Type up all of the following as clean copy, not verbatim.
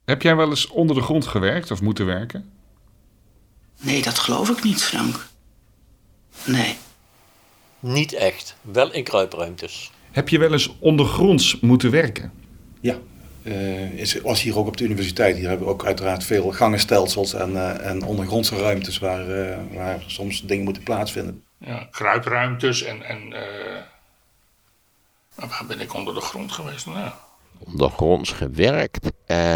Heb jij wel eens onder de grond gewerkt of moeten werken? Nee, dat geloof ik niet, Frank. Nee. Niet echt, wel in kruipruimtes. Heb je wel eens ondergronds moeten werken? Ja, was hier ook op de universiteit. Hier hebben we ook uiteraard veel gangenstelsels en ondergrondse ruimtes waar soms dingen moeten plaatsvinden. Ja, kruipruimtes en waar ben ik onder de grond geweest? Nou. Ondergronds gewerkt.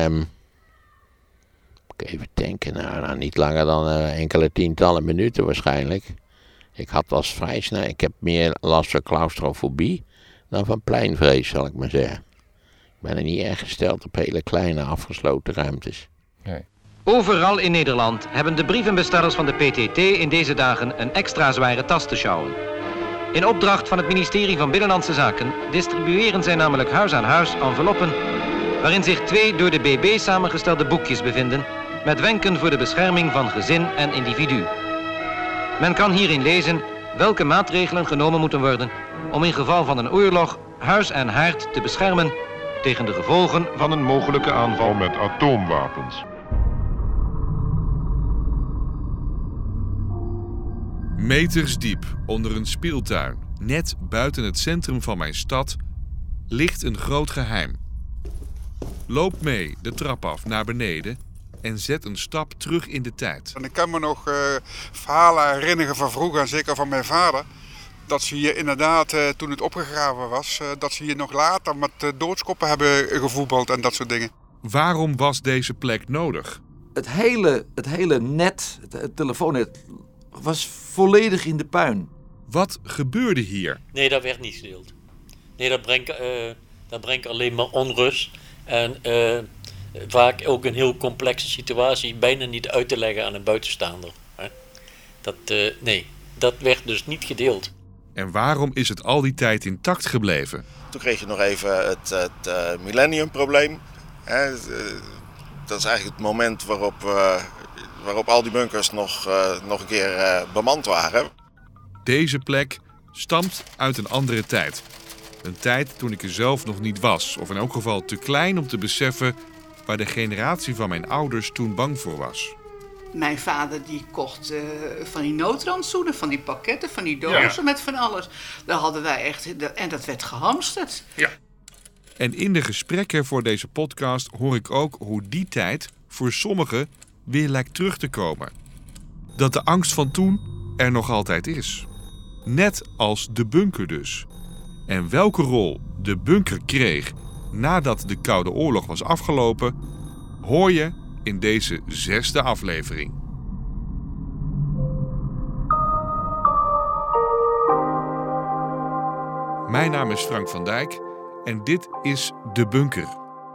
Even denken, nou niet langer dan enkele tientallen minuten waarschijnlijk. Ik had als vrij snel, ik heb meer last van claustrofobie dan van pleinvrees, zal ik maar zeggen. Ik ben er niet erg gesteld op hele kleine afgesloten ruimtes. Nee. Overal in Nederland hebben de brievenbestellers van de PTT in deze dagen een extra zware tas te sjouwen. In opdracht van het ministerie van Binnenlandse Zaken distribueren zij namelijk huis aan huis enveloppen waarin zich 2 door de BB samengestelde boekjes bevinden met wenken voor de bescherming van gezin en individu. Men kan hierin lezen welke maatregelen genomen moeten worden om in geval van een oorlog huis en haard te beschermen tegen de gevolgen van een mogelijke aanval met atoomwapens. Meters diep onder een speeltuin, net buiten het centrum van mijn stad, ligt een groot geheim. Loop mee de trap af naar beneden en zet een stap terug in de tijd. En ik kan me nog verhalen herinneren van vroeger, en zeker van mijn vader, dat ze hier inderdaad, toen het opgegraven was, dat ze hier nog later met doodskoppen hebben gevoetbald en dat soort dingen. Waarom was deze plek nodig? Het hele net, het telefoonnet, was volledig in de puin. Wat gebeurde hier? Nee, dat werd niet gedeeld. Nee, dat brengt alleen maar onrust. En vaak ook een heel complexe situatie bijna niet uit te leggen aan een buitenstaander. Dat werd dus niet gedeeld. En waarom is het al die tijd intact gebleven? Toen kreeg je nog even het millenniumprobleem. Dat is eigenlijk het moment waarop al die bunkers nog een keer bemand waren. Deze plek stamt uit een andere tijd. Een tijd toen ik er zelf nog niet was, of in elk geval te klein om te beseffen waar de generatie van mijn ouders toen bang voor was. Mijn vader die kocht van die noodrandsoenen, van die pakketten, van die dozen met van alles. Daar hadden wij echt, en dat werd gehamsterd. Ja. En in de gesprekken voor deze podcast hoor ik ook hoe die tijd voor sommigen weer lijkt terug te komen. Dat de angst van toen er nog altijd is. Net als de bunker dus. En welke rol de bunker kreeg nadat de Koude Oorlog was afgelopen, hoor je in deze 6e aflevering. Mijn naam is Frank van Dijk en dit is De Bunker.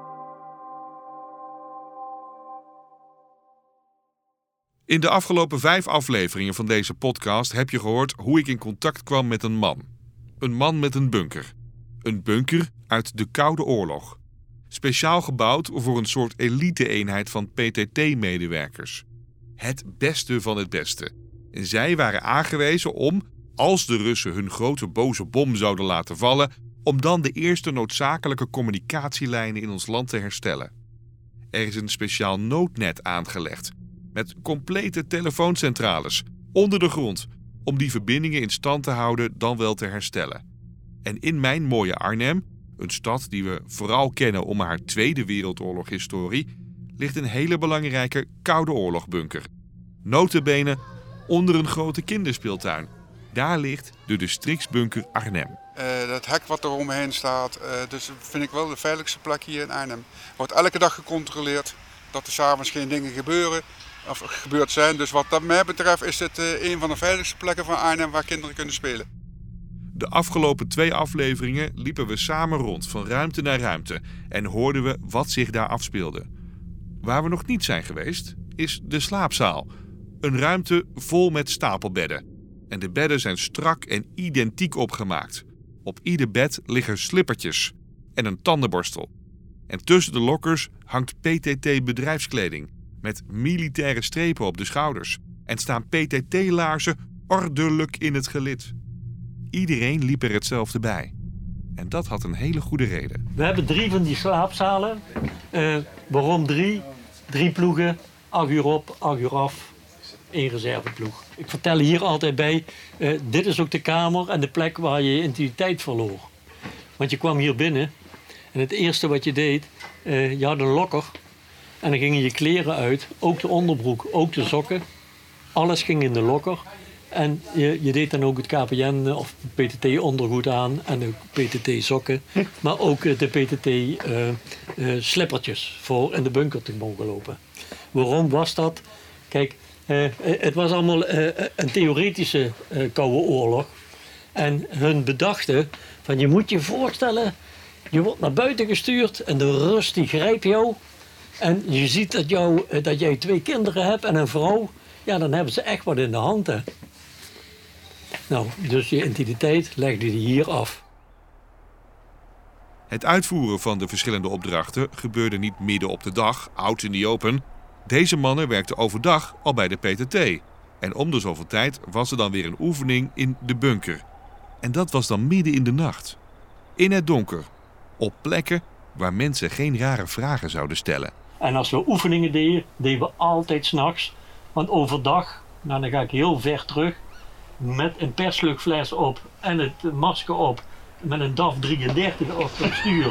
In de afgelopen 5 afleveringen van deze podcast heb je gehoord hoe ik in contact kwam met een man. Een man met een bunker. Een bunker uit de Koude Oorlog. Speciaal gebouwd voor een soort elite-eenheid van PTT-medewerkers. Het beste van het beste. En zij waren aangewezen om, als de Russen hun grote boze bom zouden laten vallen, om dan de eerste noodzakelijke communicatielijnen in ons land te herstellen. Er is een speciaal noodnet aangelegd, met complete telefooncentrales, onder de grond, om die verbindingen in stand te houden dan wel te herstellen. En in mijn mooie Arnhem, een stad die we vooral kennen om haar Tweede Wereldoorlog-historie, ligt een hele belangrijke Koude Oorlogbunker. Nota bene onder een grote kinderspeeltuin. Daar ligt de districtsbunker Arnhem. Dat hek wat er omheen staat, dus vind ik wel de veiligste plek hier in Arnhem. Wordt elke dag gecontroleerd dat er 's avonds geen dingen gebeuren of gebeurd zijn. Dus wat dat mij betreft is het een van de veiligste plekken van Arnhem waar kinderen kunnen spelen. De afgelopen 2 afleveringen liepen we samen rond van ruimte naar ruimte en hoorden we wat zich daar afspeelde. Waar we nog niet zijn geweest is de slaapzaal. Een ruimte vol met stapelbedden. En de bedden zijn strak en identiek opgemaakt. Op ieder bed liggen slippertjes en een tandenborstel. En tussen de lokkers hangt PTT bedrijfskleding met militaire strepen op de schouders. En staan PTT-laarzen ordelijk in het gelid. Iedereen liep er hetzelfde bij. En dat had een hele goede reden. We hebben 3 van die slaapzalen. Waarom 3? 3 ploegen, 8 uur op, 8 uur af. 1 reserveploeg. Ik vertel hier altijd bij, dit is ook de kamer en de plek waar je je intimiteit verloor. Want je kwam hier binnen en het eerste wat je deed, je had een lokker. En dan gingen je kleren uit, ook de onderbroek, ook de sokken. Alles ging in de lokker. En je deed dan ook het KPN of PTT ondergoed aan en de PTT sokken. Maar ook de PTT slippertjes voor in de bunker te mogen lopen. Waarom was dat? Kijk, het was allemaal een theoretische Koude Oorlog. En hun bedachten van je moet je voorstellen, je wordt naar buiten gestuurd en de rust die grijpt jou. En je ziet dat jij 2 kinderen hebt en een vrouw. Ja, dan hebben ze echt wat in de hand, hè. Nou, dus je intimiteit legde je hier af. Het uitvoeren van de verschillende opdrachten gebeurde niet midden op de dag, out in the open. Deze mannen werkten overdag al bij de PTT. En om de zoveel tijd was er dan weer een oefening in de bunker. En dat was dan midden in de nacht. In het donker. Op plekken waar mensen geen rare vragen zouden stellen. En als we oefeningen deden we altijd 's nachts. Want overdag, nou dan ga ik heel ver terug, met een persluchtfles op en het masker op, met een DAF 33 op het stuur.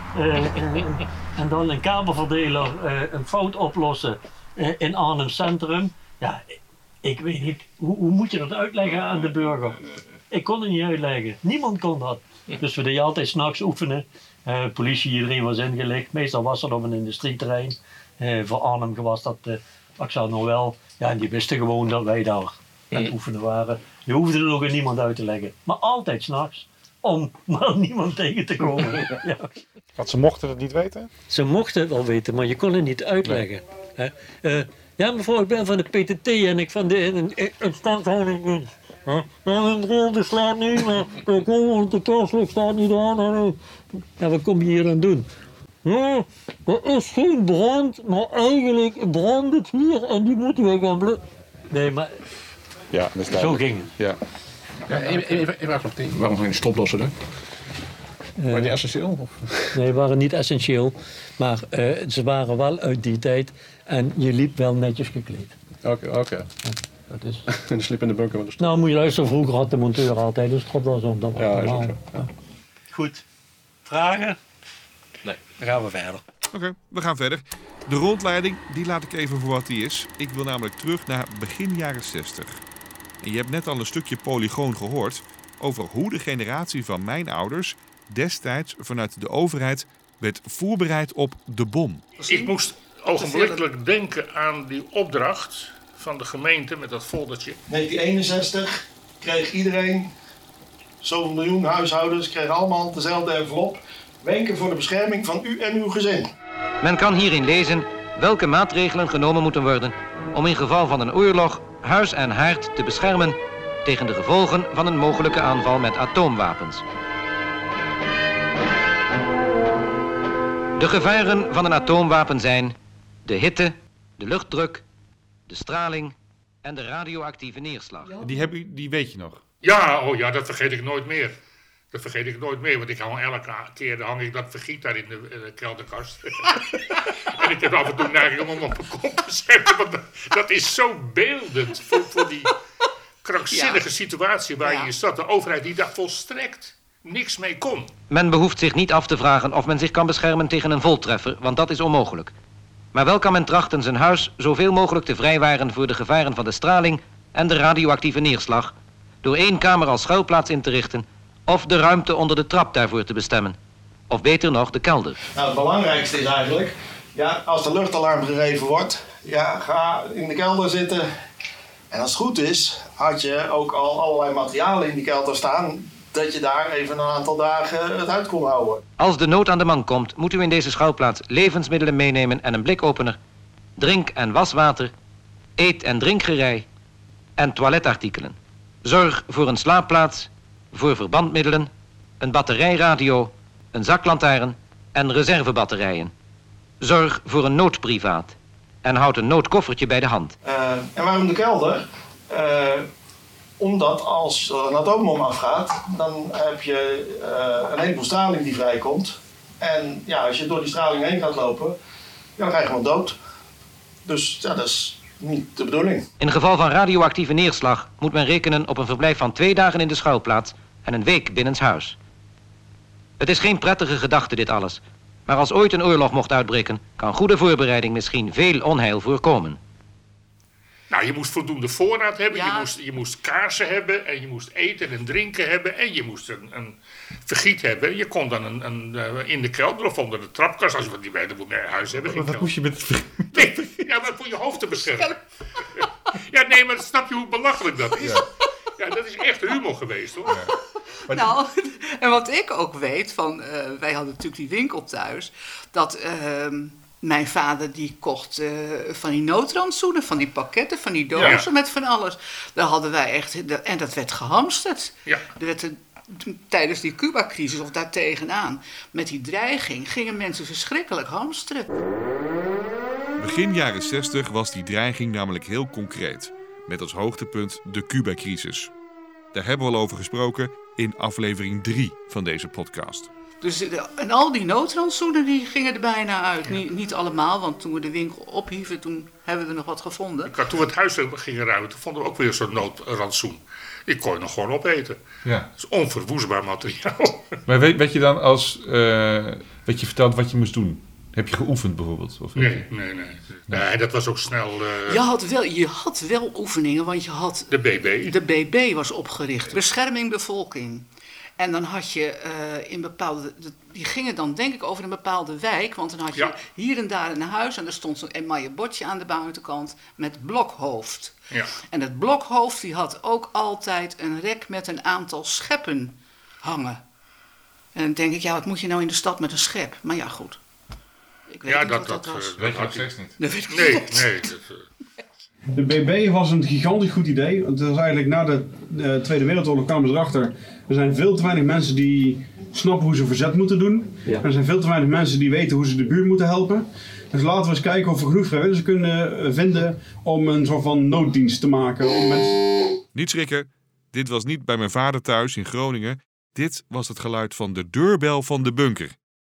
En dan een kabelverdeler, een fout oplossen in Arnhem Centrum. Ja, ik weet niet, hoe moet je dat uitleggen aan de burger? Ik kon het niet uitleggen, niemand kon dat. Dus we deden altijd 's nachts oefenen. Politie, iedereen was ingelicht. Meestal was dat op een industrieterrein. Voor Arnhem was dat Axel Noël. Ja, en die wisten gewoon dat wij daar aan het oefenen waren. Je hoefde er ook aan niemand uit te leggen. Maar altijd 's nachts. Om maar niemand tegen te komen. Ja. Want ze mochten het niet weten? Ze mochten het wel weten, maar je kon het niet uitleggen. Nee. Ja, mevrouw, ik ben van de PTT en ik van de instandhouding. De slaap nu, maar de kaarslucht staat niet aan. Ja, wat kom je hier aan doen? Ja, er is geen brand, maar eigenlijk brandt het hier en die moeten we gaan blussen. Nee, maar ja, dat is zo ging het. Ja. Ja, even waarom geen stoplossen dan? Waren die essentieel? Of? Nee, waren niet essentieel, maar ze waren wel uit die tijd en je liep wel netjes gekleed. Oké. Dat is... En de slip in de bunker. Nou, moet je luisteren, vroeger had de monteur altijd een stropdas om. Dat was normaal. Ja. Goed. Vragen? Nee, dan gaan we verder. Oké, we gaan verder. De rondleiding, die laat ik even voor wat die is. Ik wil namelijk terug naar begin jaren 60. En je hebt net al een stukje polygoon gehoord over hoe de generatie van mijn ouders destijds vanuit de overheid werd voorbereid op de bom. Ik moest ogenblikkelijk denken aan die opdracht van de gemeente met dat foldertje. 1961 kreeg iedereen, zoveel miljoen huishoudens, kregen allemaal dezelfde envelop. Wenken voor de bescherming van u en uw gezin. Men kan hierin lezen welke maatregelen genomen moeten worden om in geval van een oorlog huis en haard te beschermen tegen de gevolgen van een mogelijke aanval met atoomwapens. De gevaren van een atoomwapen zijn de hitte, de luchtdruk, de straling en de radioactieve neerslag. Die weet je nog? Ja, dat vergeet ik nooit meer. Want ik hang elke keer hang ik dat vergiet daar in de kelderkast. En ik heb af en toe neiging om hem op mijn kop te zetten. Want dat is zo beeldend voor die krankzinnige situatie waar je zat. De overheid die daar volstrekt niks mee kon. Men behoeft zich niet af te vragen of men zich kan beschermen tegen een voltreffer, want dat is onmogelijk. Maar wel kan men trachten zijn huis zoveel mogelijk te vrijwaren voor de gevaren van de straling en de radioactieve neerslag, door 1 kamer als schuilplaats in te richten of de ruimte onder de trap daarvoor te bestemmen. Of beter nog, de kelder. Nou, het belangrijkste is eigenlijk, ja, als de luchtalarm gegeven wordt, ja, ga in de kelder zitten. En als het goed is, had je ook al allerlei materialen in die kelder staan, dat je daar even een aantal dagen het uit kon houden. Als de nood aan de man komt, moet u in deze schuilplaats levensmiddelen meenemen en een blikopener, drink- en waswater, eet- en drinkgerei en toiletartikelen. Zorg voor een slaapplaats, voor verbandmiddelen, een batterijradio, een zaklantaarn en reservebatterijen. Zorg voor een noodprivaat en houd een noodkoffertje bij de hand. En waarom de kelder? Omdat als er een atoombom afgaat, dan heb je een heleboel straling die vrijkomt. En ja, als je door die straling heen gaat lopen, ja, dan ga je gewoon dood. Dus ja, dat is niet de bedoeling. In geval van radioactieve neerslag moet men rekenen op een verblijf van 2 dagen in de schuilplaats en een week binnenshuis. Het is geen prettige gedachte dit alles. Maar als ooit een oorlog mocht uitbreken, kan goede voorbereiding misschien veel onheil voorkomen. Nou, je moest voldoende voorraad hebben, Ja. je moest kaarsen hebben en je moest eten en drinken hebben en je moest een vergiet hebben. Je kon dan in de kelder of onder de trapkast, als je wat die bij de huis hebben. Wat moest je met... Nee, ja, maar voor je hoofd te beschermen. Ja, nee, maar snap je hoe belachelijk dat is? Ja, dat is echt humor geweest, hoor. Ja. Nou, en wat ik ook weet, wij hadden natuurlijk die winkel thuis, dat mijn vader die kocht van die noodrandsoenen, van die pakketten, van die dozen met van alles. Daar hadden wij echt, en dat werd gehamsterd. Ja. Er werd tijdens die Cuba-crisis of daartegenaan, met die dreiging, gingen mensen verschrikkelijk hamsteren. Begin jaren 60 was die dreiging namelijk heel concreet. Met als hoogtepunt de Cuba-crisis. Daar hebben we al over gesproken in aflevering 3 van deze podcast. Dus, en al die noodrandsoenen die gingen er bijna uit. Niet allemaal, want toen we de winkel ophieven, toen hebben we er nog wat gevonden. Toen we het huis gingen ruimen, toen vonden we ook weer zo'n noodrandsoen. Die kon je nog gewoon opeten. Ja. Dat is onverwoestbaar materiaal. Maar weet je dan als... werd je verteld wat je moest doen? Heb je geoefend bijvoorbeeld? Of Nee, dat was ook snel... Je had wel oefeningen, want je had... De BB. De BB was opgericht. Bescherming bevolking. En dan had je in bepaalde... Die gingen dan denk ik over een bepaalde wijk. Want dan had je hier en daar een huis. En er stond zo'n emaille bordje aan de buitenkant met blokhoofd. Ja. En het blokhoofd die had ook altijd een rek met een aantal scheppen hangen. En dan denk ik, wat moet je nou in de stad met een schep? Maar ja, goed. Ik weet niet wat dat was. Weet je nog steeds niet? Dat weet ik niet. Nee. De BB was een gigantisch goed idee. Het was eigenlijk na de Tweede Wereldoorlog kwamen ze erachter. Er zijn veel te weinig mensen die snappen hoe ze verzet moeten doen. Ja. Er zijn veel te weinig mensen die weten hoe ze de buurt moeten helpen. Dus laten we eens kijken of we genoeg vrijwilligers kunnen vinden om een soort van nooddienst te maken. Om mensen... Niet schrikken, dit was niet bij mijn vader thuis in Groningen. Dit was het geluid van de deurbel van de bunker.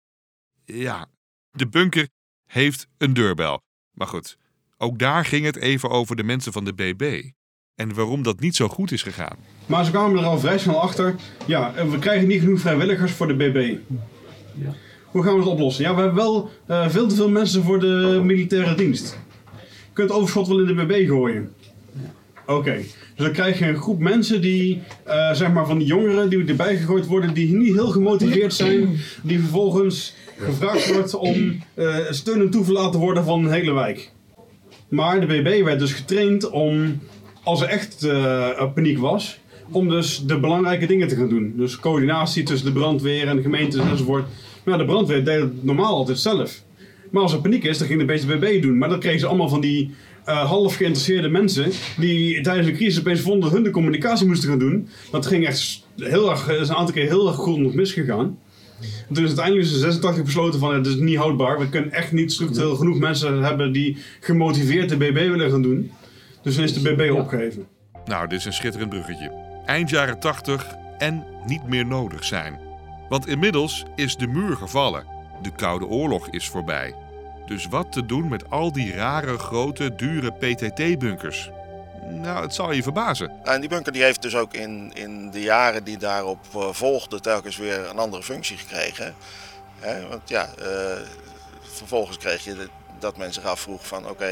Ja, de bunker heeft een deurbel. Maar goed, ook daar ging het even over de mensen van de BB. En waarom dat niet zo goed is gegaan. Maar ze kwamen er al vrij snel achter. Ja, we krijgen niet genoeg vrijwilligers voor de BB. Ja. Hoe gaan we het oplossen? Ja, we hebben wel veel te veel mensen voor de militaire dienst. Je kunt het overschot wel in de BB gooien. Oké. Dus dan krijg je een groep mensen die, zeg maar van die jongeren die erbij gegooid worden, die niet heel gemotiveerd zijn, die vervolgens gevraagd wordt om steun en toeverlaten te worden van een hele wijk. Maar de BB werd dus getraind om, als er echt paniek was, om dus de belangrijke dingen te gaan doen. Dus coördinatie tussen de brandweer en de gemeentes enzovoort. Maar de brandweer deed het normaal altijd zelf. Maar als er paniek is, dan ging de BB doen. Maar dan kregen ze allemaal van die half geïnteresseerde mensen die tijdens de crisis opeens vonden hun de communicatie moesten gaan doen. Dat ging echt heel erg, is een aantal keer heel erg grondig misgegaan. En toen is uiteindelijk in 86 besloten van het is niet houdbaar. We kunnen echt niet structureel genoeg mensen hebben die gemotiveerd de BB willen gaan doen. Dus dan is de BB opgeheven. Nou, dit is een schitterend bruggetje. Eind jaren 80 en niet meer nodig zijn. Want inmiddels is de muur gevallen. De Koude Oorlog is voorbij. Dus wat te doen met al die rare, grote, dure PTT-bunkers? Nou, het zal je verbazen. En die bunker die heeft dus ook in de jaren die daarop volgden telkens weer een andere functie gekregen. Want ja, vervolgens kreeg je dat men zich afvroeg van oké,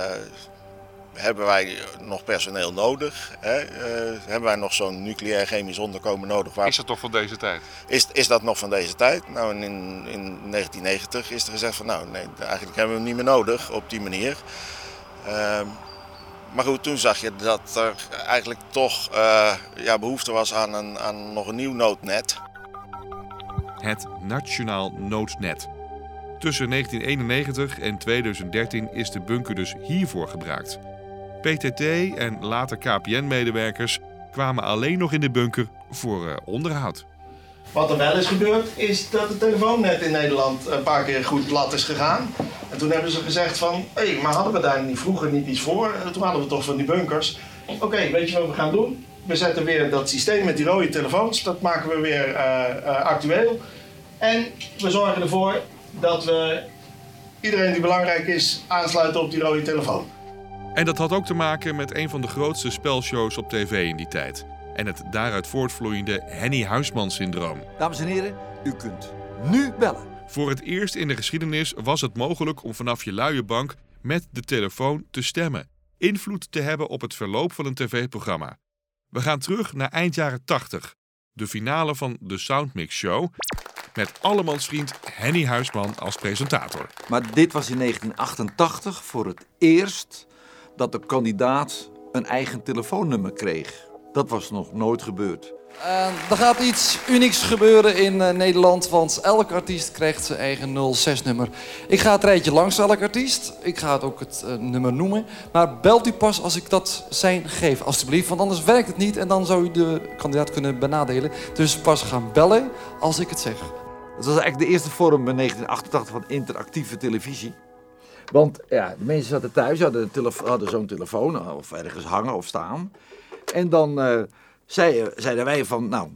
hebben wij nog personeel nodig? Hebben wij nog zo'n nucleair chemisch onderkomen nodig? Is dat toch van deze tijd? Is dat nog van deze tijd? Nou, in 1990 is er gezegd van nou, nee, eigenlijk hebben we hem niet meer nodig op die manier. Maar goed, toen zag je dat er eigenlijk toch behoefte was aan nog een nieuw noodnet. Het Nationaal Noodnet. Tussen 1991 en 2013 is de bunker dus hiervoor gebruikt. PTT en later KPN-medewerkers kwamen alleen nog in de bunker voor onderhoud. Wat er wel is gebeurd, is dat het telefoonnet in Nederland een paar keer goed plat is gegaan. En toen hebben ze gezegd van, maar hadden we daar vroeger niet iets voor? En toen hadden we toch van die bunkers. Oké, weet je wat we gaan doen? We zetten weer dat systeem met die rode telefoons, dat maken we weer actueel. En we zorgen ervoor dat we iedereen die belangrijk is aansluiten op die rode telefoon. En dat had ook te maken met een van de grootste spelshows op tv in die tijd. En het daaruit voortvloeiende Henny Huisman-syndroom. Dames en heren, u kunt nu bellen. Voor het eerst in de geschiedenis was het mogelijk om vanaf je luie bank met de telefoon te stemmen. Invloed te hebben op het verloop van een tv-programma. We gaan terug naar eind jaren 80. De finale van de Soundmix Show. Met allemansvriend Henny Huisman als presentator. Maar dit was in 1988 voor het eerst dat de kandidaat een eigen telefoonnummer kreeg. Dat was nog nooit gebeurd. Er gaat iets unieks gebeuren in Nederland, want elke artiest krijgt zijn eigen 06-nummer. Ik ga het rijtje langs elke artiest. Ik ga het ook het nummer noemen. Maar belt u pas als ik dat sein geef, alstublieft. Want anders werkt het niet en dan zou u de kandidaat kunnen benadelen. Dus pas gaan bellen als ik het zeg. Dat was eigenlijk de eerste vorm in 1988 van interactieve televisie. Want ja, de mensen zaten thuis, hadden zo'n telefoon of ergens hangen of staan. En dan zeiden wij van, nou,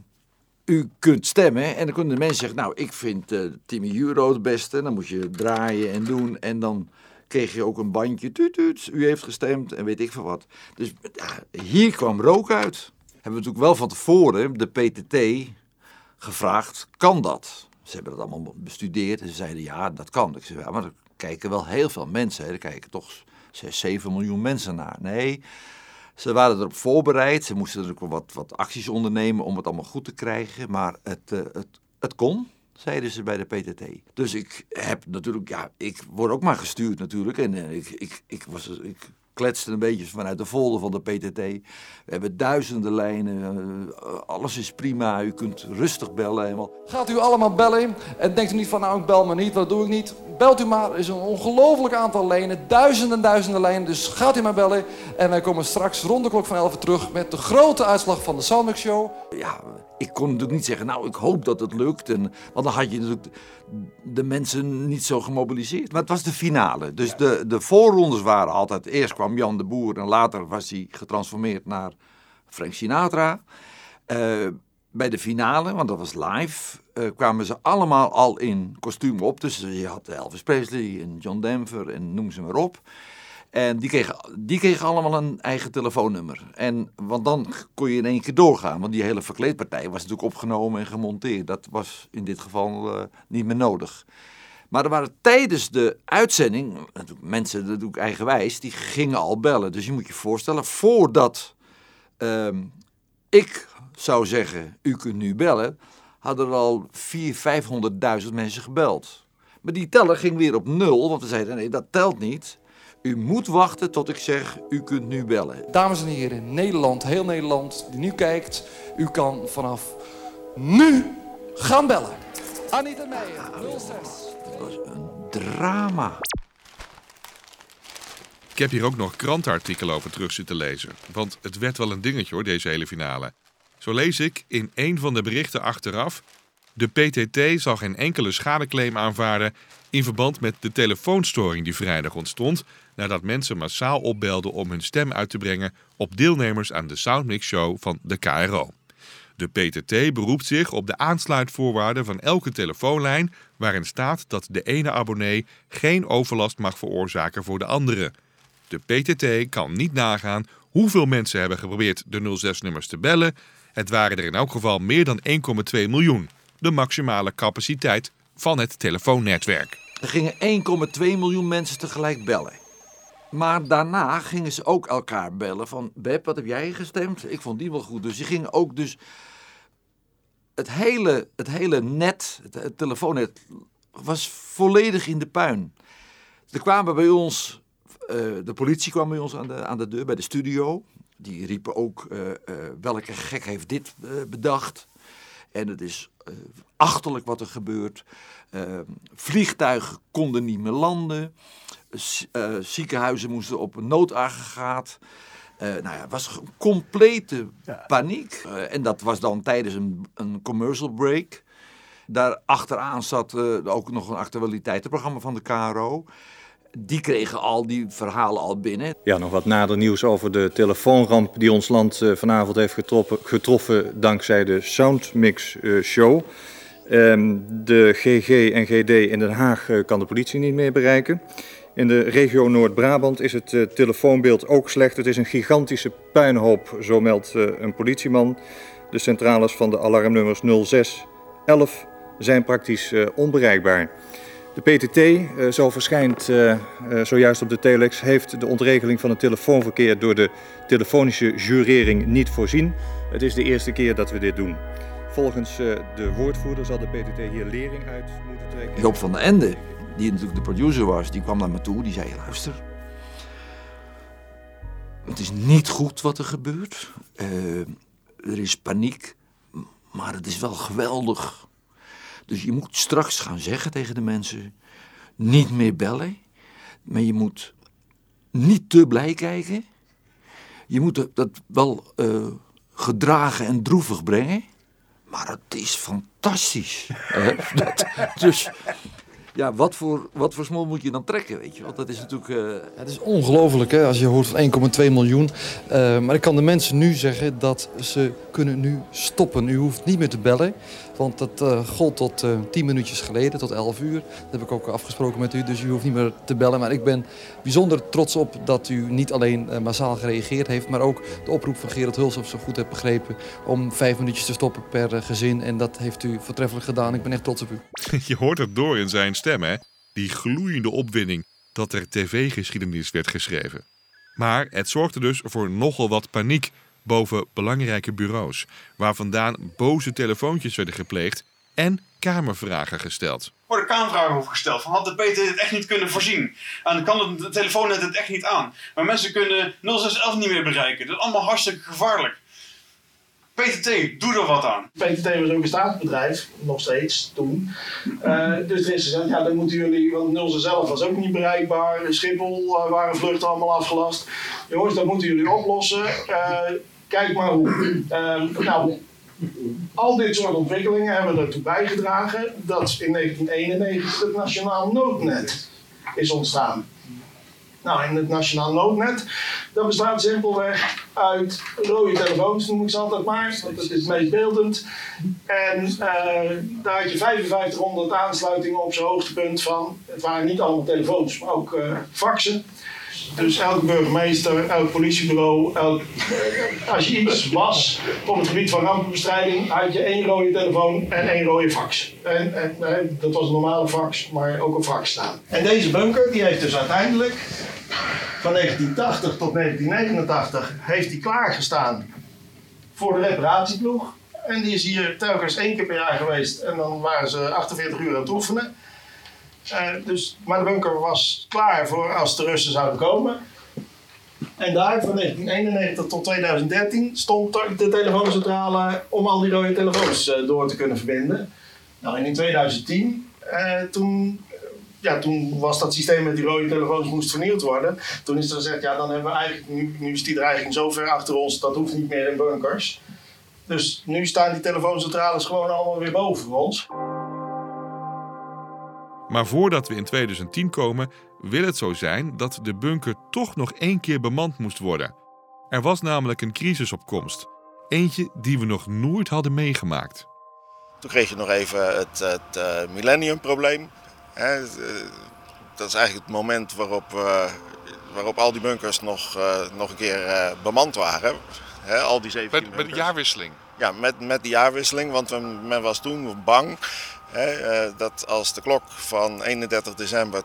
u kunt stemmen. En dan konden de mensen zeggen, nou, ik vind Timmy Euro het beste. En dan moest je draaien en doen. En dan kreeg je ook een bandje, tuut, tuut, u heeft gestemd en weet ik veel wat. Dus ja, hier kwam rook uit. Hebben we natuurlijk wel van tevoren de PTT gevraagd, kan dat? Ze hebben dat allemaal bestudeerd en ze zeiden, ja, dat kan. Ik zei, ja, maar er kijken wel heel veel mensen. Hè. Er kijken toch 6, 7 miljoen mensen naar. Nee, ze waren erop voorbereid. Ze moesten er ook wat acties ondernemen om het allemaal goed te krijgen. Maar het kon, zeiden ze bij de PTT. Dus ik heb natuurlijk, ja, ik word ook maar gestuurd natuurlijk. En ik kletste een beetje vanuit de folder van de PTT. We hebben duizenden lijnen. Alles is prima. U kunt rustig bellen. Gaat u allemaal bellen en denkt u niet van, nou, ik bel maar niet, dat doe ik niet. Belt u maar, er is een ongelooflijk aantal lijnen, duizenden lijnen, dus gaat u maar bellen. En wij komen straks rond de klok van 11 terug met de grote uitslag van de Soundmix Show. Ja, ik kon natuurlijk niet zeggen, nou, ik hoop dat het lukt. Want dan had je natuurlijk de mensen niet zo gemobiliseerd. Maar het was de finale. Dus de voorrondes waren altijd, eerst kwam Jan de Boer en later was hij getransformeerd naar Frank Sinatra. Bij de finale, want dat was live, kwamen ze allemaal al in kostuum op. Dus je had Elvis Presley en John Denver en noem ze maar op. En die kregen allemaal een eigen telefoonnummer. Want dan kon je in één keer doorgaan. Want die hele verkleedpartij was natuurlijk opgenomen en gemonteerd. Dat was in dit geval niet meer nodig. Maar er waren tijdens de uitzending, mensen natuurlijk eigenwijs, die gingen al bellen. Dus je moet je voorstellen, voordat ik zou zeggen, u kunt nu bellen, hadden er al 400.000-500.000 mensen gebeld. Maar die teller ging weer op 0, want we zeiden, nee, dat telt niet. U moet wachten tot ik zeg, u kunt nu bellen. Dames en heren, Nederland, heel Nederland, die nu kijkt, u kan vanaf nu gaan bellen. Anita Meijer, 06. Dat was een drama. Ik heb hier ook nog krantenartikelen over terug zitten lezen. Want het werd wel een dingetje hoor, deze hele finale. Zo lees ik in een van de berichten achteraf: de PTT zal geen enkele schadeclaim aanvaarden in verband met de telefoonstoring die vrijdag ontstond nadat mensen massaal opbelden om hun stem uit te brengen op deelnemers aan de Soundmix Show van de KRO. De PTT beroept zich op de aansluitvoorwaarden van elke telefoonlijn waarin staat dat de ene abonnee geen overlast mag veroorzaken voor de andere. De PTT kan niet nagaan hoeveel mensen hebben geprobeerd de 06-nummers te bellen. Het waren er in elk geval meer dan 1,2 miljoen. De maximale capaciteit van het telefoonnetwerk. Er gingen 1,2 miljoen mensen tegelijk bellen. Maar daarna gingen ze ook elkaar bellen van, Beb, wat heb jij gestemd? Ik vond die wel goed. Dus die gingen ook het hele net, het telefoonnet, was volledig in de puin. Er kwamen bij ons, de politie kwam bij ons aan de deur, bij de studio. Die riepen ook, welke gek heeft dit bedacht? En het is achterlijk wat er gebeurt. Vliegtuigen konden niet meer landen. Ziekenhuizen moesten op een noodaggregaat. Het was complete paniek. En dat was dan tijdens een commercial break. Daar achteraan zat ook nog een actualiteitenprogramma van de KRO. die kregen al die verhalen al binnen. Ja, nog wat nader nieuws over de telefoonramp die ons land vanavond heeft getroffen dankzij de Soundmix Show. De GG en GD in Den Haag kan de politie niet meer bereiken. In de regio Noord-Brabant is het telefoonbeeld ook slecht. Het is een gigantische puinhoop, zo meldt een politieman. De centrales van de alarmnummers 06, 11 zijn praktisch onbereikbaar. De PTT, zo verschijnt zojuist op de telex, heeft de ontregeling van het telefoonverkeer door de telefonische jurering niet voorzien. Het is de eerste keer dat we dit doen. Volgens de woordvoerder zal de PTT hier lering uit moeten trekken. Joop van den Ende, die natuurlijk de producer was, die kwam naar me toe. Die zei, luister, het is niet goed wat er gebeurt. Er is paniek, maar het is wel geweldig. Dus je moet straks gaan zeggen tegen de mensen, niet meer bellen. Maar je moet niet te blij kijken. Je moet dat wel gedragen en droevig brengen. Maar het is fantastisch. Dus ja, wat voor smoel moet je dan trekken, weet je? Want dat is natuurlijk... Het is ongelooflijk, hè, als je hoort van 1,2 miljoen. Maar ik kan de mensen nu zeggen dat ze kunnen nu stoppen. U hoeft niet meer te bellen, want dat gold tot 10 minuutjes geleden, tot 11 uur. Dat heb ik ook afgesproken met u, dus u hoeft niet meer te bellen. Maar ik ben bijzonder trots op dat u niet alleen massaal gereageerd heeft, maar ook de oproep van Gerard Hulshoff zo goed hebt begrepen om 5 minuutjes te stoppen per gezin. En dat heeft u voortreffelijk gedaan. Ik ben echt trots op u. Je hoort het door in zijn stem, hè? Die gloeiende opwinding dat er tv-geschiedenis werd geschreven. Maar het zorgde dus voor nogal wat paniek boven belangrijke bureaus, waar vandaan boze telefoontjes werden gepleegd en kamervragen gesteld. Er worden kamervragen over gesteld. Van, had de PT dit echt niet kunnen voorzien? En dan kan het telefoonnet het echt niet aan. Maar mensen kunnen 0611 niet meer bereiken. Dat is allemaal hartstikke gevaarlijk. PTT, doe er wat aan. PTT was ook een staatsbedrijf, nog steeds, toen. Dus er is gezegd, ja, dan moeten jullie, want 0611 was ook niet bereikbaar. Schiphol waren vluchten allemaal afgelast. Jongens, dat moeten jullie oplossen. Kijk maar hoe. Nou, al dit soort ontwikkelingen hebben ertoe bijgedragen dat in 1991 het Nationaal Noodnet is ontstaan. Nou, en het Nationaal Noodnet, dat bestaat simpelweg uit rode telefoons, noem ik ze altijd maar. Want dat is het meest beeldend. En daar had je 5500 aansluitingen op zijn hoogtepunt van. Het waren niet allemaal telefoons, maar ook faxen. Dus elke burgemeester, elk politiebureau, als je iets was op het gebied van rampenbestrijding, had je 1 rode telefoon en 1 rode fax. En dat was een normale fax, maar ook een fax staan. En deze bunker die heeft dus uiteindelijk van 1980 tot 1989 heeft die klaargestaan voor de reparatieploeg. En die is hier telkens 1 keer per jaar geweest en dan waren ze 48 uur aan het oefenen. Maar de bunker was klaar voor als de Russen zouden komen. En daar van 1991 tot 2013 stond de telefooncentrale om al die rode telefoons door te kunnen verbinden. Nou, en in 2010, toen was dat systeem met die rode telefoons moest vernieuwd worden. Toen is er gezegd, ja, dan hebben we eigenlijk, nu is die dreiging zo ver achter ons, dat hoeft niet meer in bunkers. Dus nu staan die telefooncentrales gewoon allemaal weer boven ons. Maar voordat we in 2010 komen, wil het zo zijn dat de bunker toch nog 1 keer bemand moest worden. Er was namelijk een crisis op komst. Eentje die we nog nooit hadden meegemaakt. Toen kreeg je nog even het millenniumprobleem. Dat is eigenlijk het moment waarop al die bunkers nog een keer bemand waren. Al die 17 met de jaarwisseling? Ja, met de jaarwisseling, want men was toen bang dat als de klok van 31 december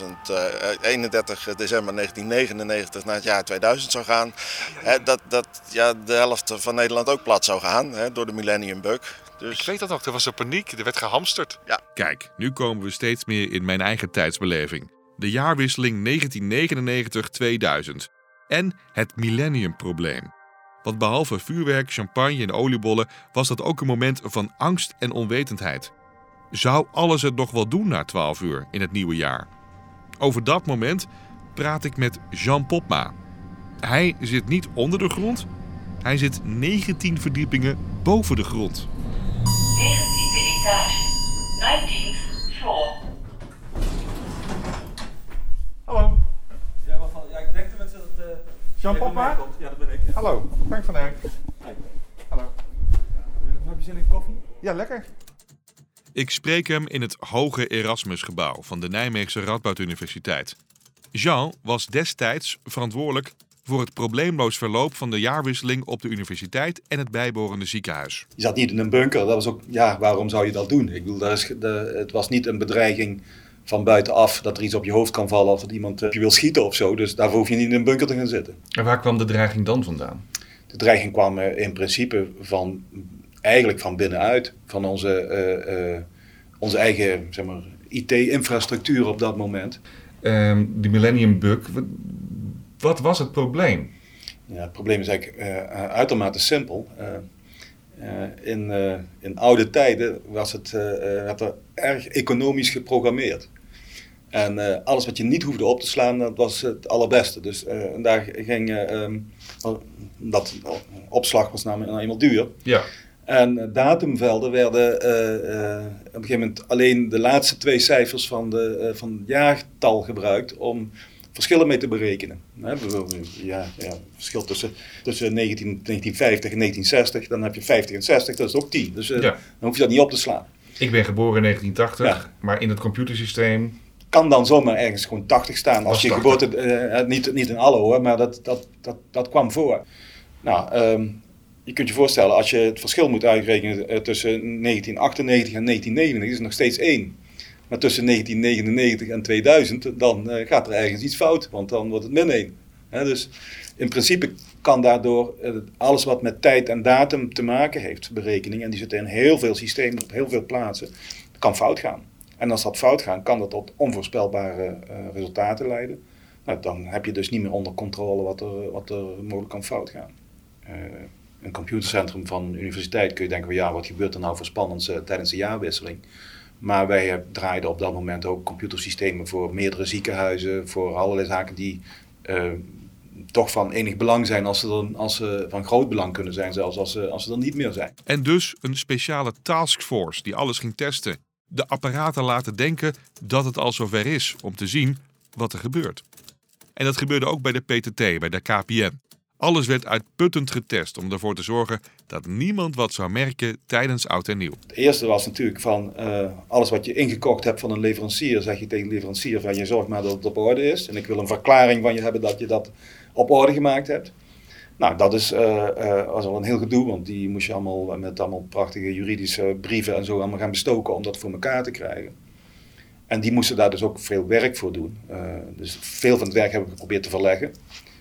1999 naar het jaar 2000 zou gaan, dat de helft van Nederland ook plat zou gaan door de millenniumbug. Dus... Ik weet dat nog, er was een paniek, er werd gehamsterd. Ja. Kijk, nu komen we steeds meer in mijn eigen tijdsbeleving. De jaarwisseling 1999-2000 en het millenniumprobleem. Want behalve vuurwerk, champagne en oliebollen was dat ook een moment van angst en onwetendheid. Zou alles het nog wel doen na 12 uur in het nieuwe jaar? Over dat moment praat ik met Jean Popma. Hij zit niet onder de grond, hij zit 19 verdiepingen boven de grond. 19e etage, 19th floor. Ja, ik denk tenminste dat Jean Poppa? Ja, dat ben ik. Ja. Hallo, Frank van Eyck. Hallo. Heb je zin in koffie? Ja, lekker. Ik spreek hem in het Hoge Erasmusgebouw van de Nijmeegse Radboud Universiteit. Jean was destijds verantwoordelijk voor het probleemloos verloop van de jaarwisseling op de universiteit en het bijbehorende ziekenhuis. Je zat niet in een bunker, dat was ook, ja, waarom zou je dat doen? Ik bedoel, het was niet een bedreiging van buitenaf dat er iets op je hoofd kan vallen of dat iemand op je wil schieten of zo. Dus daarvoor hoef je niet in een bunker te gaan zitten. En waar kwam de dreiging dan vandaan? De dreiging kwam in principe eigenlijk van binnenuit, van onze eigen, zeg maar, IT-infrastructuur op dat moment. Die Millennium Bug, wat was het probleem? Ja, het probleem is eigenlijk uitermate simpel. In oude tijden werd er erg economisch geprogrammeerd. En alles wat je niet hoefde op te slaan, dat was het allerbeste. Dus daar ging dat opslag was namelijk eenmaal duur. Ja. En datumvelden werden op een gegeven moment alleen de laatste 2 cijfers van het jaartal gebruikt om verschillen mee te berekenen. Verschil tussen 1950 en 1960, dan heb je 50 en 60, dat is ook 10. Dus dan hoef je dat niet op te slaan. Ik ben geboren in 1980, maar in het computersysteem kan dan zomaar ergens gewoon 80 staan. Als je 80. geboorte, niet in alle hoor, maar dat kwam voor. Nou, je kunt je voorstellen, als je het verschil moet uitrekenen tussen 1998 en 1999, is het nog steeds 1. Maar tussen 1999 en 2000, dan gaat er ergens iets fout, want dan wordt het -1. Dus in principe kan daardoor alles wat met tijd en datum te maken heeft, berekening, en die zitten in heel veel systemen, op heel veel plaatsen, kan fout gaan. En als dat fout gaat, kan dat tot onvoorspelbare resultaten leiden. Nou, dan heb je dus niet meer onder controle wat er mogelijk kan fout gaan. Een computercentrum van een universiteit kun je denken van ja, wat gebeurt er nou voor spannends tijdens de jaarwisseling? Maar wij draaiden op dat moment ook computersystemen voor meerdere ziekenhuizen, voor allerlei zaken die toch van enig belang zijn als ze van groot belang kunnen zijn, zelfs als ze er niet meer zijn. En dus een speciale taskforce die alles ging testen. De apparaten laten denken dat het al zover is om te zien wat er gebeurt. En dat gebeurde ook bij de PTT, bij de KPN. Alles werd uitputtend getest om ervoor te zorgen dat niemand wat zou merken tijdens oud en nieuw. Het eerste was natuurlijk van alles wat je ingekocht hebt van een leverancier, zeg je tegen de leverancier van je zorgt maar dat het op orde is. En ik wil een verklaring van je hebben dat je dat op orde gemaakt hebt. Nou, dat was al een heel gedoe, want die moest je allemaal met allemaal prachtige juridische brieven en zo allemaal gaan bestoken om dat voor elkaar te krijgen. En die moesten daar dus ook veel werk voor doen. Dus veel van het werk hebben we geprobeerd te verleggen.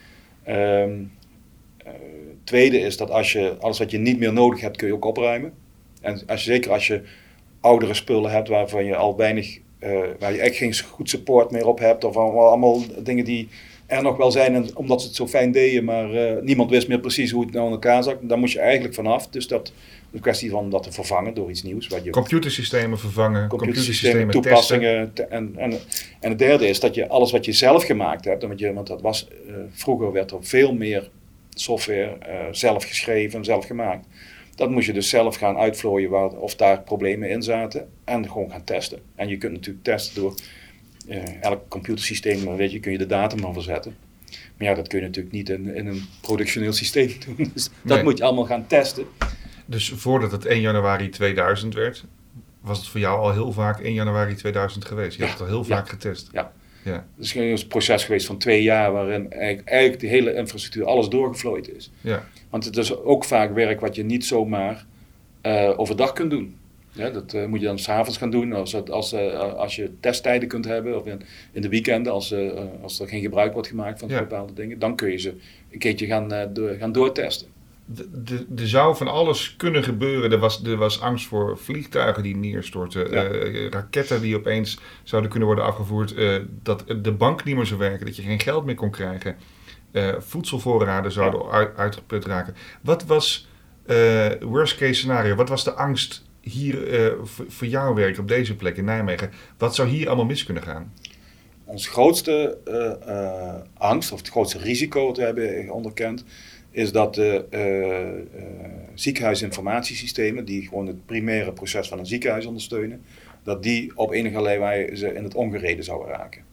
Tweede is dat alles wat je niet meer nodig hebt, kun je ook opruimen. En zeker als je oudere spullen hebt waarvan je al weinig, waar je echt geen goed support meer op hebt, of allemaal dingen die er nog wel zijn en omdat ze het zo fijn deden, maar niemand wist meer precies hoe het nou in elkaar zat, daar moest je eigenlijk vanaf. Dus dat is een kwestie van dat te vervangen door iets nieuws. Computersystemen vervangen, computersystemen toepassingen. En het derde is dat je alles wat je zelf gemaakt hebt, want dat was, vroeger werd er veel meer software zelf geschreven, zelf gemaakt. Dat moest je dus zelf gaan uitvlooien of daar problemen in zaten en gewoon gaan testen. En je kunt natuurlijk testen door elk computersysteem, kun je de datum van verzetten. Maar ja, dat kun je natuurlijk niet in een productioneel systeem doen. Dus dat moet je allemaal gaan testen. Dus voordat het 1 januari 2000 werd, was het voor jou al heel vaak 1 januari 2000 geweest? Je hebt het al heel vaak getest? Ja. Ja. Het is een proces geweest van 2 jaar waarin eigenlijk de hele infrastructuur, alles doorgevlooid is. Ja. Want het is ook vaak werk wat je niet zomaar overdag kunt doen. Ja, dat moet je dan 's avonds gaan doen als je testtijden kunt hebben of in de weekenden als er geen gebruik wordt gemaakt van bepaalde dingen. Dan kun je ze een keertje gaan doortesten. Er zou van alles kunnen gebeuren. Er was angst voor vliegtuigen die neerstorten. Raketten die opeens zouden kunnen worden afgevoerd. Dat de bank niet meer zou werken. Dat je geen geld meer kon krijgen. Voedselvoorraden zouden uitgeput raken. Wat was worst case scenario? Wat was de angst hier voor jouw werk op deze plek in Nijmegen? Wat zou hier allemaal mis kunnen gaan? Ons grootste angst of het grootste risico dat we hebben onderkend is dat de ziekenhuisinformatiesystemen, die gewoon het primaire proces van een ziekenhuis ondersteunen, dat die op enige wijze in het ongereden zouden raken.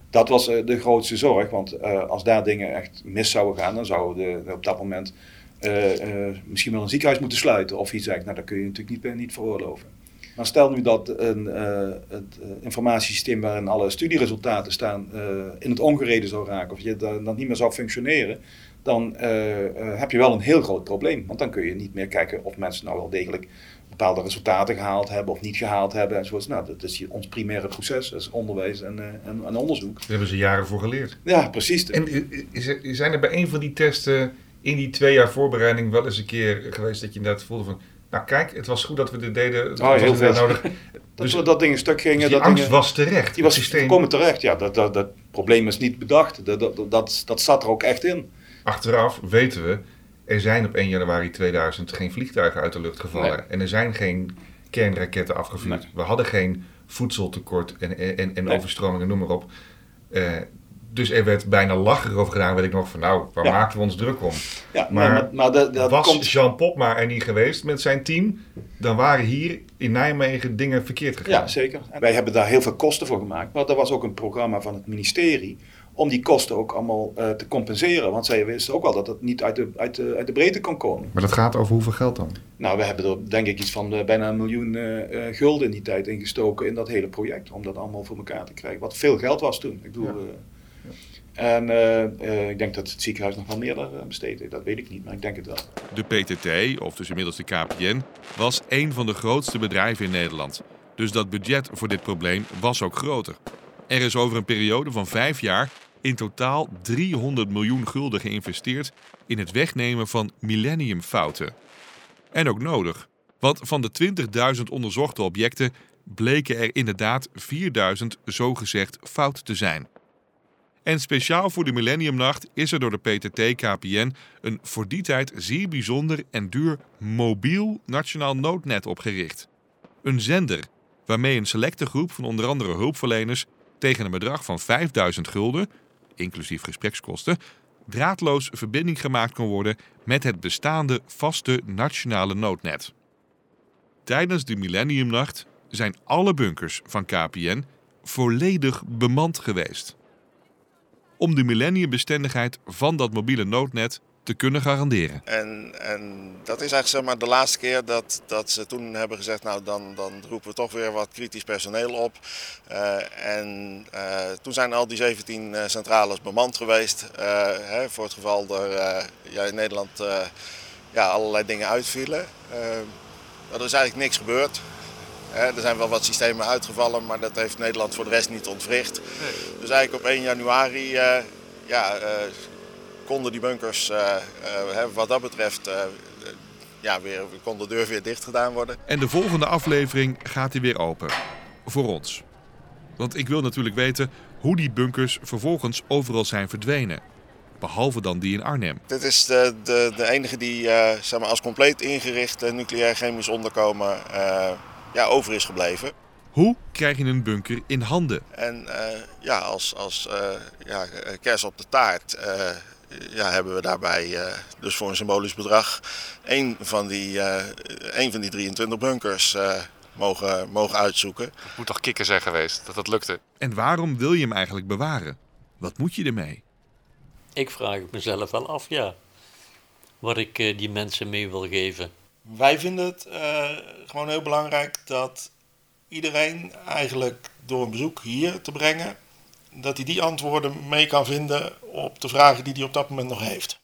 Dat was de grootste zorg, want als daar dingen echt mis zouden gaan, dan zouden we op dat moment misschien wel een ziekenhuis moeten sluiten of iets dergelijks. Nou, dat kun je natuurlijk niet veroorloven. Maar stel nu dat het informatiesysteem waarin alle studieresultaten staan in het ongereden zou raken of je dat niet meer zou functioneren, dan heb je wel een heel groot probleem. Want dan kun je niet meer kijken of mensen nou wel degelijk bepaalde resultaten gehaald hebben of niet gehaald hebben enzovoorts. Nou, dat is ons primaire proces, dat is onderwijs en onderzoek. Daar hebben ze jaren voor geleerd. Ja, precies. En zijn er bij een van die testen in die 2 jaar voorbereiding wel eens een keer geweest dat je inderdaad voelde van, nou kijk, het was goed dat we dit deden. Het was heel veel nodig. Dus dat ding een stuk ging. Dus die angst was terecht. Die was volkomen terecht, ja. Dat probleem is niet bedacht. Dat zat er ook echt in. Achteraf weten we, er zijn op 1 januari 2000 geen vliegtuigen uit de lucht gevallen. Nee. En er zijn geen kernraketten afgevuurd. Nee. We hadden geen voedseltekort en overstromingen, noem maar op. Dus er werd bijna lacherig over gedaan, weet ik nog, van nou, waar maakten we ons druk om? Ja, maar dat was Jean Popma er niet geweest met zijn team, dan waren hier in Nijmegen dingen verkeerd gegaan. Ja, zeker. Wij hebben daar heel veel kosten voor gemaakt, maar er was ook een programma van het ministerie om die kosten ook allemaal te compenseren. Want zij wisten ook wel dat het niet uit de breedte kon komen. Maar dat gaat over hoeveel geld dan? Nou, we hebben er denk ik iets van bijna 1 miljoen gulden in die tijd ingestoken in dat hele project. Om dat allemaal voor elkaar te krijgen. Wat veel geld was toen. Ik bedoel, en ik denk dat het ziekenhuis nog wel meer besteed heeft. Dat weet ik niet, maar ik denk het wel. De PTT, of dus inmiddels de KPN, was een van de grootste bedrijven in Nederland. Dus dat budget voor dit probleem was ook groter. Er is over een periode van 5 jaar in totaal 300 miljoen gulden geïnvesteerd in het wegnemen van millenniumfouten. En ook nodig, want van de 20.000 onderzochte objecten bleken er inderdaad 4.000 zogezegd fout te zijn. En speciaal voor de Millenniumnacht is er door de PTT-KPN een voor die tijd zeer bijzonder en duur mobiel nationaal noodnet opgericht. Een zender waarmee een selecte groep van onder andere hulpverleners tegen een bedrag van 5.000 gulden, inclusief gesprekskosten, draadloos verbinding gemaakt kon worden met het bestaande vaste nationale noodnet. Tijdens de Millenniumnacht zijn alle bunkers van KPN volledig bemand geweest. Om de millenniumbestendigheid van dat mobiele noodnet te kunnen garanderen. En dat is eigenlijk zeg maar de laatste keer dat ze toen hebben gezegd, nou dan roepen we toch weer wat kritisch personeel op. Toen zijn al die 17 centrales bemand geweest. Voor het geval er in Nederland allerlei dingen uitvielen. Er is eigenlijk niks gebeurd. Er zijn wel wat systemen uitgevallen, maar dat heeft Nederland voor de rest niet ontwricht. Nee. Dus eigenlijk op 1 januari konden die bunkers wat dat betreft kon de deur weer dicht gedaan worden. En de volgende aflevering gaat hij weer open. Voor ons. Want ik wil natuurlijk weten hoe die bunkers vervolgens overal zijn verdwenen. Behalve dan die in Arnhem. Dit is de enige die als compleet ingericht nucleair chemisch onderkomen over is gebleven. Hoe krijg je een bunker in handen? En als kers op de taart hebben we daarbij dus voor een symbolisch bedrag één van die 23 bunkers mogen uitzoeken. Het moet toch kicken zijn geweest dat dat lukte? En waarom wil je hem eigenlijk bewaren? Wat moet je ermee? Ik vraag het mezelf wel af, wat ik die mensen mee wil geven. Wij vinden het gewoon heel belangrijk dat iedereen eigenlijk door een bezoek hier te brengen, dat hij die antwoorden mee kan vinden op de vragen die hij op dat moment nog heeft.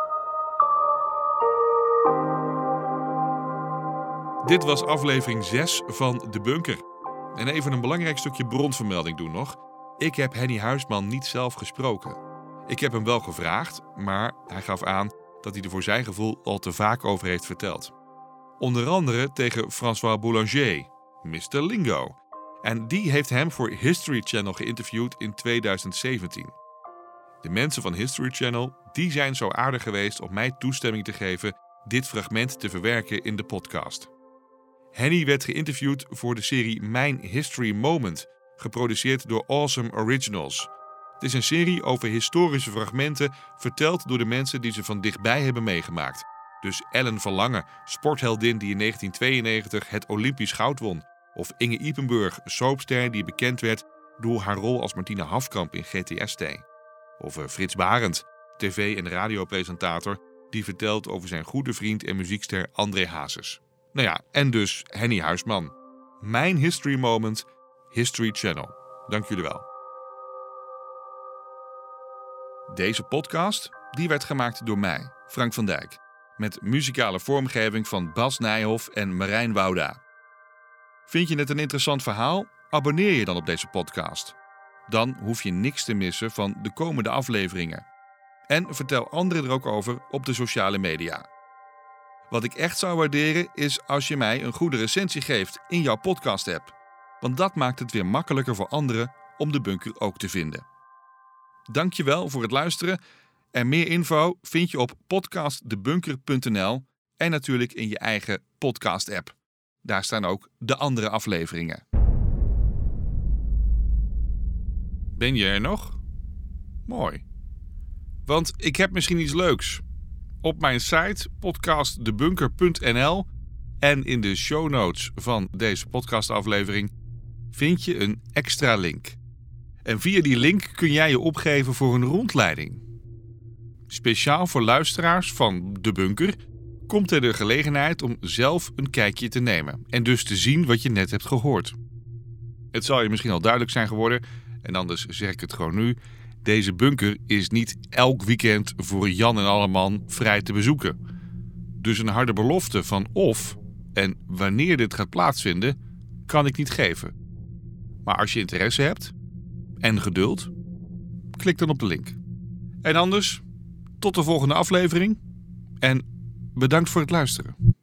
Dit was aflevering 6 van De Bunker. En even een belangrijk stukje bronvermelding doen nog. Ik heb Henny Huisman niet zelf gesproken. Ik heb hem wel gevraagd, maar hij gaf aan dat hij er voor zijn gevoel al te vaak over heeft verteld. Onder andere tegen François Boulanger, Mr. Lingo. En die heeft hem voor History Channel geïnterviewd in 2017. De mensen van History Channel die zijn zo aardig geweest om mij toestemming te geven dit fragment te verwerken in de podcast. Henny werd geïnterviewd voor de serie Mijn History Moment, geproduceerd door Awesome Originals. Het is een serie over historische fragmenten verteld door de mensen die ze van dichtbij hebben meegemaakt. Dus Ellen van Lange, sportheldin die in 1992 het Olympisch goud won. Of Inge Ipenburg, soapster die bekend werd door haar rol als Martine Hafkamp in GTST. Of Frits Barend, tv- en radiopresentator, die vertelt over zijn goede vriend en muziekster André Hazes. Nou ja, en dus Henny Huisman. Mijn History Moment, History Channel. Dank jullie wel. Deze podcast die werd gemaakt door mij, Frank van Dijk. Met muzikale vormgeving van Bas Nijhoff en Marijn Wouda. Vind je het een interessant verhaal? Abonneer je dan op deze podcast. Dan hoef je niks te missen van de komende afleveringen. En vertel anderen er ook over op de sociale media. Wat ik echt zou waarderen is als je mij een goede recensie geeft in jouw podcast-app. Want dat maakt het weer makkelijker voor anderen om de bunker ook te vinden. Dankjewel voor het luisteren. En meer info vind je op podcastdebunker.nl en natuurlijk in je eigen podcast-app. Daar staan ook de andere afleveringen. Ben je er nog? Mooi. Want ik heb misschien iets leuks. Op mijn site podcastdebunker.nl en in de show notes van deze podcastaflevering vind je een extra link. En via die link kun jij je opgeven voor een rondleiding. Speciaal voor luisteraars van De Bunker komt er de gelegenheid om zelf een kijkje te nemen en dus te zien wat je net hebt gehoord. Het zal je misschien al duidelijk zijn geworden, en anders zeg ik het gewoon nu. Deze bunker is niet elk weekend voor Jan en Alleman vrij te bezoeken. Dus een harde belofte van of en wanneer dit gaat plaatsvinden, kan ik niet geven. Maar als je interesse hebt en geduld, klik dan op de link. En anders, tot de volgende aflevering en bedankt voor het luisteren.